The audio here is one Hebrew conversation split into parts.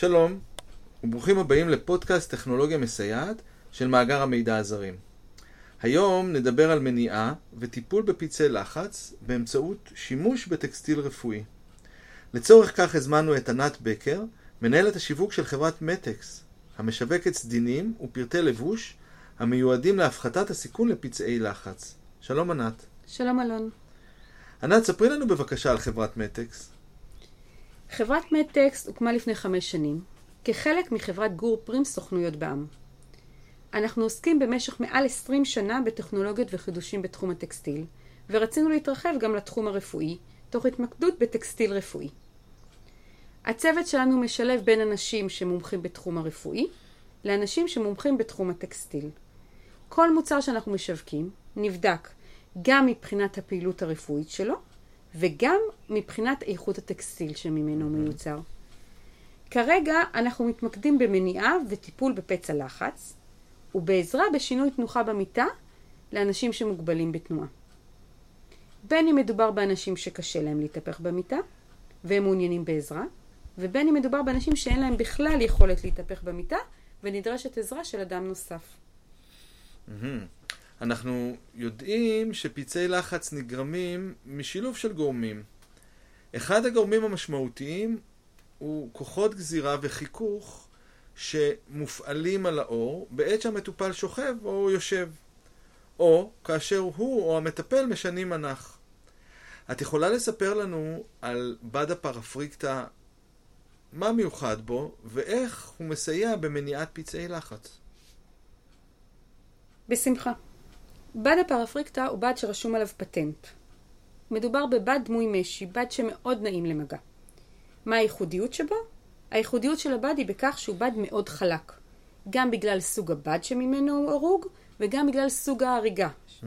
שלום, וברוכים הבאים לפודקאסט טכנולוגיה מסייעת של מאגר המידע הזרים. היום נדבר על מניעה וטיפול בפצעי לחץ באמצעות שימוש בטקסטיל רפואי. לצורך כך הזמנו את ענת בקר, מנהלת השיווק של חברת מטקס, המשווקת סדינים ופרטי לבוש המיועדים להפחתת הסיכון לפצעי לחץ. שלום ענת. שלום אלון. ענת, ספרי לנו בבקשה על חברת מטקס. חברת מטקס הוקמה לפני 5 שנים, כחלק מחברת גור פרים סוכנויות בע"מ. אנחנו עוסקים במשך מעל 20 שנה בטכנולוגיות וחידושים בתחום הטקסטיל, ורצינו להתרחב גם לתחום הרפואי, תוך התמקדות בטקסטיל רפואי. הצוות שלנו משלב בין אנשים שמומחים בתחום הרפואי, לאנשים שמומחים בתחום הטקסטיל. כל מוצר שאנחנו משווקים נבדק גם מבחינת הפעילות הרפואית שלו, וגם מבחינת איכות הטקסטיל שממנו מיוצר. כרגע אנחנו מתמקדים במניעה וטיפול בפצע לחץ, ובעזרה בשינוי תנוחה במיטה לאנשים שמוגבלים בתנועה. בין אם מדובר באנשים שקשה להם להתהפך במיטה, והם מעוניינים בעזרה, ובין אם מדובר באנשים שאין להם בכלל יכולת להתהפך במיטה, ונדרשת עזרה של אדם נוסף. אנחנו יודעים שפצעי לחץ נגרמים משילוב של גורמים. אחד הגורמים המשמעותיים הוא כוחות גזירה וחיכוך שמופעלים על האור בעת שהמטופל שוכב או יושב, או כאשר הוא או המטפל משנים מנח. את יכולה לספר לנו על בד הפרפריקטה, מה מיוחד בו ואיך הוא מסייע במניעת פצעי לחץ? בשמחה. בד הפרפריקטה הוא בד שרשום עליו פטנט. מדובר בבד דמוי משי, בד שמאוד נעים למגע. מה הייחודיות שבו? הייחודיות של הבד היא בכך שהוא בד מאוד חלק. גם בגלל סוג הבד שממנו הוא ארוג, וגם בגלל סוג ההריגה.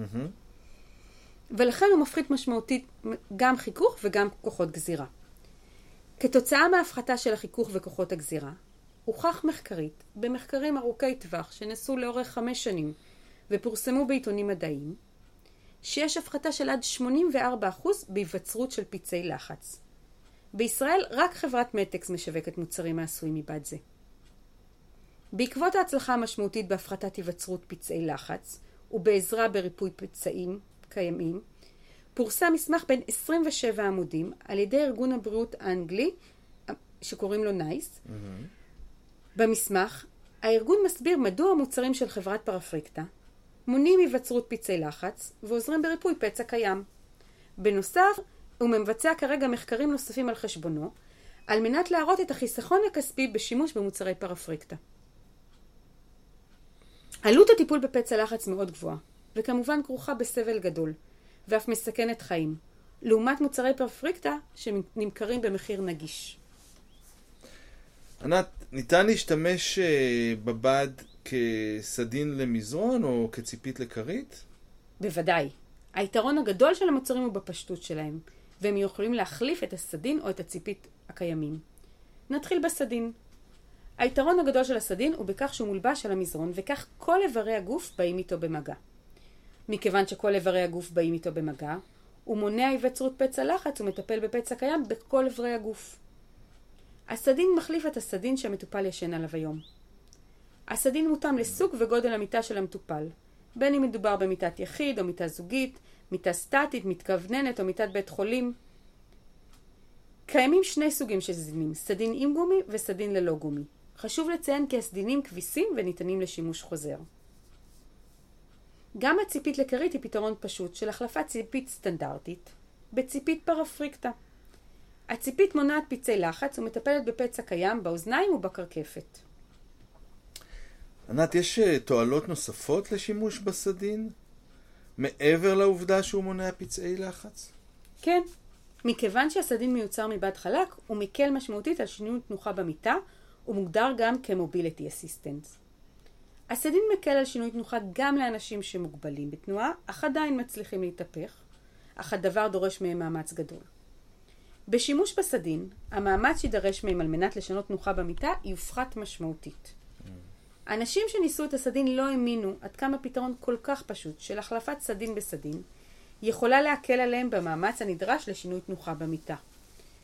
ולכן הוא מפחית משמעותית גם חיכוך וגם כוחות גזירה. כתוצאה מההפחתה של החיכוך וכוחות הגזירה, הוכח מחקרית, במחקרים ארוכי טווח שנעשו לאורך 5 שנים, ופורסמו בעיתונים מדעיים, שיש הפחתה של עד 84% בהיווצרות של פצעי לחץ. בישראל רק חברת מטקס משווקת מוצרים העשויים מבד זה. בעקבות ההצלחה המשמעותית בהפחתת היווצרות פצעי לחץ, ובעזרה בריפוי פצעים קיימים, פורסם מסמך בין 27 עמודים על ידי ארגון הבריאות האנגלי, שקוראים לו נייס. במסמך, הארגון מסביר מדוע המוצרים של חברת פרפריקטה מונעים היווצרות פצעי לחץ ועוזרים בריפוי פצע קיים. בנוסף, הוא מבצע כרגע מחקרים נוספים על חשבונו, על מנת להראות את החיסכון הכספי בשימוש במוצרי פרפריקטה. עלות הטיפול בפצע לחץ מאוד גבוהה, וכמובן כרוכה בסבל גדול, ואף מסכנת חיים, לעומת מוצרי פרפריקטה שנמכרים במחיר נגיש. ענת, ניתן להשתמש בבד כסדין למזרון או כציפית לכרית? בוודאי. היתרון הגדול של המוצרים הוא בפשטות שלהם, והם יכולים להחליף את הסדין או את הציפית הקיימים. נתחיל בסדין. היתרון הגדול של הסדין הוא בכך שהוא מולבש על המזרון, וכך כל איברי הגוף באים איתו במגע. מכיוון שכל איברי הגוף באים איתו במגע, הוא מונע היווצרות פצע לחץ ומטפל בפצע קיים בכל איברי הגוף. הסדין מחליף את הסדין שהמטופל ישן עליו היום. הסדין מותאם לסוג וגודל המיטה של המטופל, בין אם מדובר במיטת יחיד או מיטה זוגית, מיטה סטטית, מתכווננת או מיטת בית חולים. קיימים 2 סוגים של סדינים, סדין עם גומי וסדין ללא גומי. חשוב לציין כי הסדינים כביסים וניתנים לשימוש חוזר. גם הציפית לכרית היא פתרון פשוט של החלפת ציפית סטנדרטית בציפית פרפריקטה. הציפית מונעת פצעי לחץ ומטפלת בפצע קיים באוזניים ובקרקפת. ענת, יש תועלות נוספות לשימוש בסדין? מעבר לעובדה שהוא מונע פצעי לחץ? כן. מכיוון שהסדין מיוצר מבד חלק, הוא מקל משמעותית על שינוי תנוחה במיטה, ומוגדר גם כמוביליטי אסיסטנס. הסדין מקל על שינוי תנוחה גם לאנשים שמוגבלים בתנועה, אך עדיין מצליחים להתהפך, אך הדבר דורש מהם מאמץ גדול. בשימוש בסדין, המאמץ שידרש מהם על מנת לשנות תנוחה במיטה יופחת משמעותית. אנשים שניסו את הסדין לא האמינו עד כמה פתרון כל כך פשוט של החלפת סדין בסדין יכולה להקל עליהם במאמץ הנדרש לשינוי תנוחה במיטה.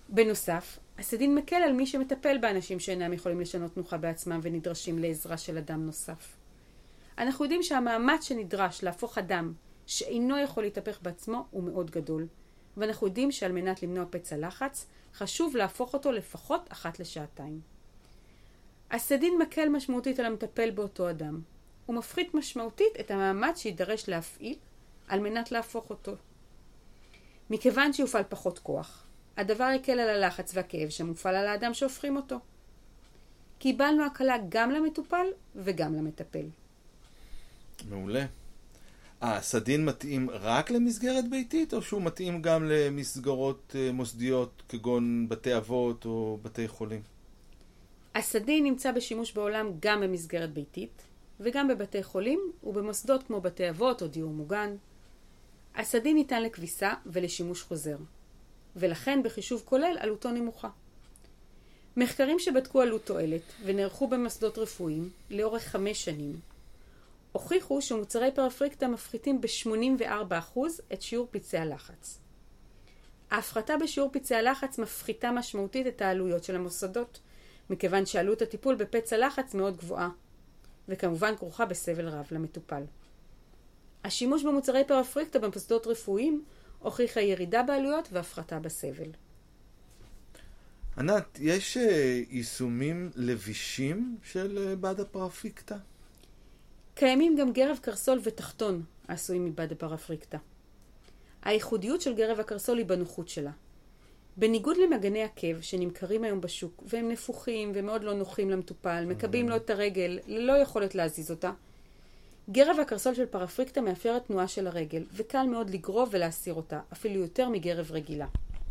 בנוסף, הסדין מקל על מי שמטפל באנשים שאינם יכולים לשנות תנוחה בעצמם ונדרשים לעזרה של אדם נוסף. אנחנו יודעים שהמאמץ שנדרש להפוך אדם שאינו יכול להתהפך בעצמו הוא מאוד גדול, ואנחנו יודעים שעל מנת למנוע פצע לחץ, חשוב להפוך אותו לפחות אחת לשעתיים. הסדין מקל משמעותית על המטפל באותו אדם. הוא מפחית משמעותית את המאמץ שידרש להפעיל על מנת להפוך אותו. מכיוון שיופעל פחות כוח, הדבר יקל על הלחץ והכאב שמופעל על האדם שהופכים אותו. קיבלנו הקלה גם למטופל וגם למטפל. מעולה. הסדין מתאים רק למסגרת ביתית, או שהוא מתאים גם למסגרות מוסדיות כגון בתי אבות או בתי חולים? הסדין נמצא בשימוש בעולם גם במסגרת ביתית, וגם בבתי חולים ובמוסדות כמו בתי אבות או דיור מוגן. הסדין ניתן לכביסה ולשימוש חוזר, ולכן בחישוב כולל עלותו נמוכה. מחקרים שבדקו עלות תועלת ונערכו במוסדות רפואיים לאורך 5 שנים, הוכיחו שמוצרי פרפריקטה מפחיתים ב-84% את שיעור פצעי הלחץ. ההפחתה בשיעור פצעי הלחץ מפחיתה משמעותית את העלויות של המוסדות, מכיוון שעלות הטיפול בפצע לחץ מאוד גבוהה, וכמובן כרוכה בסבל רב למטופל. השימוש במוצרי פרפריקטה במוסדות רפואיים הוכיחה ירידה בעלויות והפחתה בסבל. ענת, יש יישומים לבישים של בד הפרפריקטה? קיימים גם גרב קרסול ותחתון העשויים מבד הפרפריקטה. הייחודיות של גרב הקרסול היא בנוחות שלה. בניגוד למגני עקב שנמכרים היום בשוק, והם נפוחים ומאוד לא נוחים למטופל, מקבעים לו את הרגל ללא יכולת להזיז אותה, גרב הקרסול של פרפריקטה מאפשרת תנועה של הרגל, וקל מאוד לגרוב ולהסיר אותה, אפילו יותר מגרב רגילה.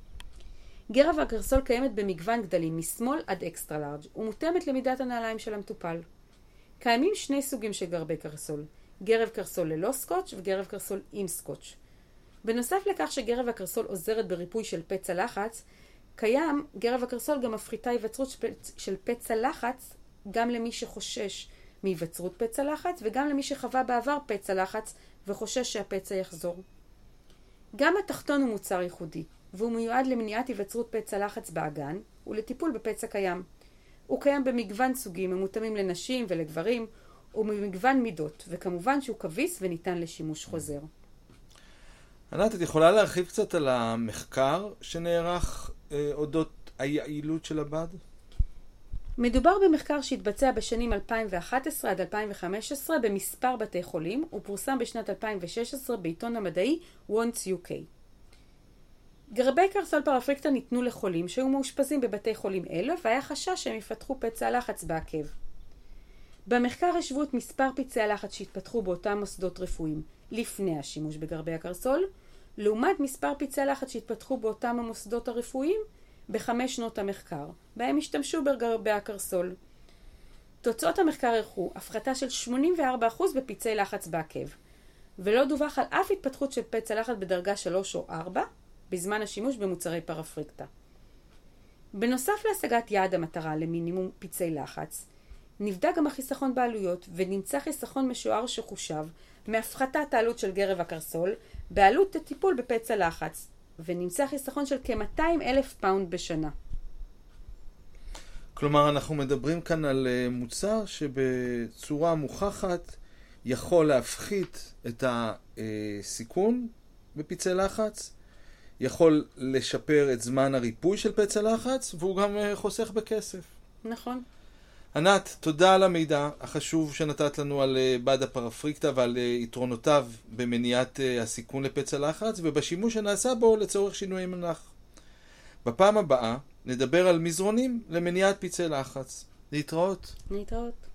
גרב הקרסול קיימת במגוון גדלים, משמאל עד אקסטרה לארג' ומותאמת למידת הנעליים של המטופל. קיימים 2 סוגים של גרבי קרסול, גרב קרסול ללא סקוץ' וגרב קרסול עם סקוץ'. בנוסף לכך שגרב הקרסול עוזרת בריפוי של פצע לחץ, קיים גרב הקרסול גם מפחיתה היווצרות של פצע לחץ גם למי שחושש מהיווצרות פצע לחץ וגם למי שחווה בעבר פצע לחץ וחושש שהפצע יחזור. גם התחתון הוא מוצר ייחודי, והוא מיועד למניעת היווצרות פצע לחץ באגן ולטיפול בפצע קיים. הוא קיים במגוון סוגים, ממותאמים לנשים ולגברים, ובמגוון מידות, וכמובן שהוא כביס וניתן לשימוש חוזר. ענת, את יכולה להרחיב קצת על המחקר שנערך אודות היעילות של הבד? מדובר במחקר שהתבצע בשנים 2011 עד 2015 במספר בתי חולים, ופורסם בשנת 2016 בעיתון המדעי Once UK. גרבי קרסול פרפריקטה ניתנו לחולים שהיו מאושפזים בבתי חולים אלו, והיה חשש שהם יפתחו פצע לחץ בעקב. במחקר השוו את מספר פצעי הלחץ שהתפתחו באותם מוסדות רפואיים לפני השימוש בגרבי הקרסול, לעומת מספר פצעי לחץ שהתפתחו באותם המוסדות הרפואיים ב5 שנות המחקר, בהם השתמשו בגרבי הקרסול. תוצאות המחקר הראו הפחתה של 84% בפצעי לחץ בעקב, ולא דווח על אף התפתחות של פצע לחץ בדרגה 3 או 4 בזמן השימוש במוצרי פרפריקטה. בנוסף להשגת יעד המטרה למינימום פצעי לחץ, נבדק גם החיסכון בעלויות, ונמצא חיסכון משוער שחושב מהפחתת העלות של גרב הקרסול בעלות הטיפול בפצע לחץ, ונמצא חיסכון של כ-200,000 פאונד בשנה. כלומר, אנחנו מדברים כאן על מוצר שבצורה מוכחת יכול להפחית את הסיכון בפצעי לחץ, יכול לשפר את זמן הריפוי של פצע לחץ, והוא גם חוסך בכסף. נכון. ענת, תודה על המידע החשוב שנתת לנו על בד הפרפריקטה ועל יתרונותיו במניעת הסיכון לפצע לחץ ובשימוש שנעשה בו לצורך שינוי מנח. בפעם הבאה נדבר על מזרונים למניעת פצעי לחץ. להתראות. להתראות.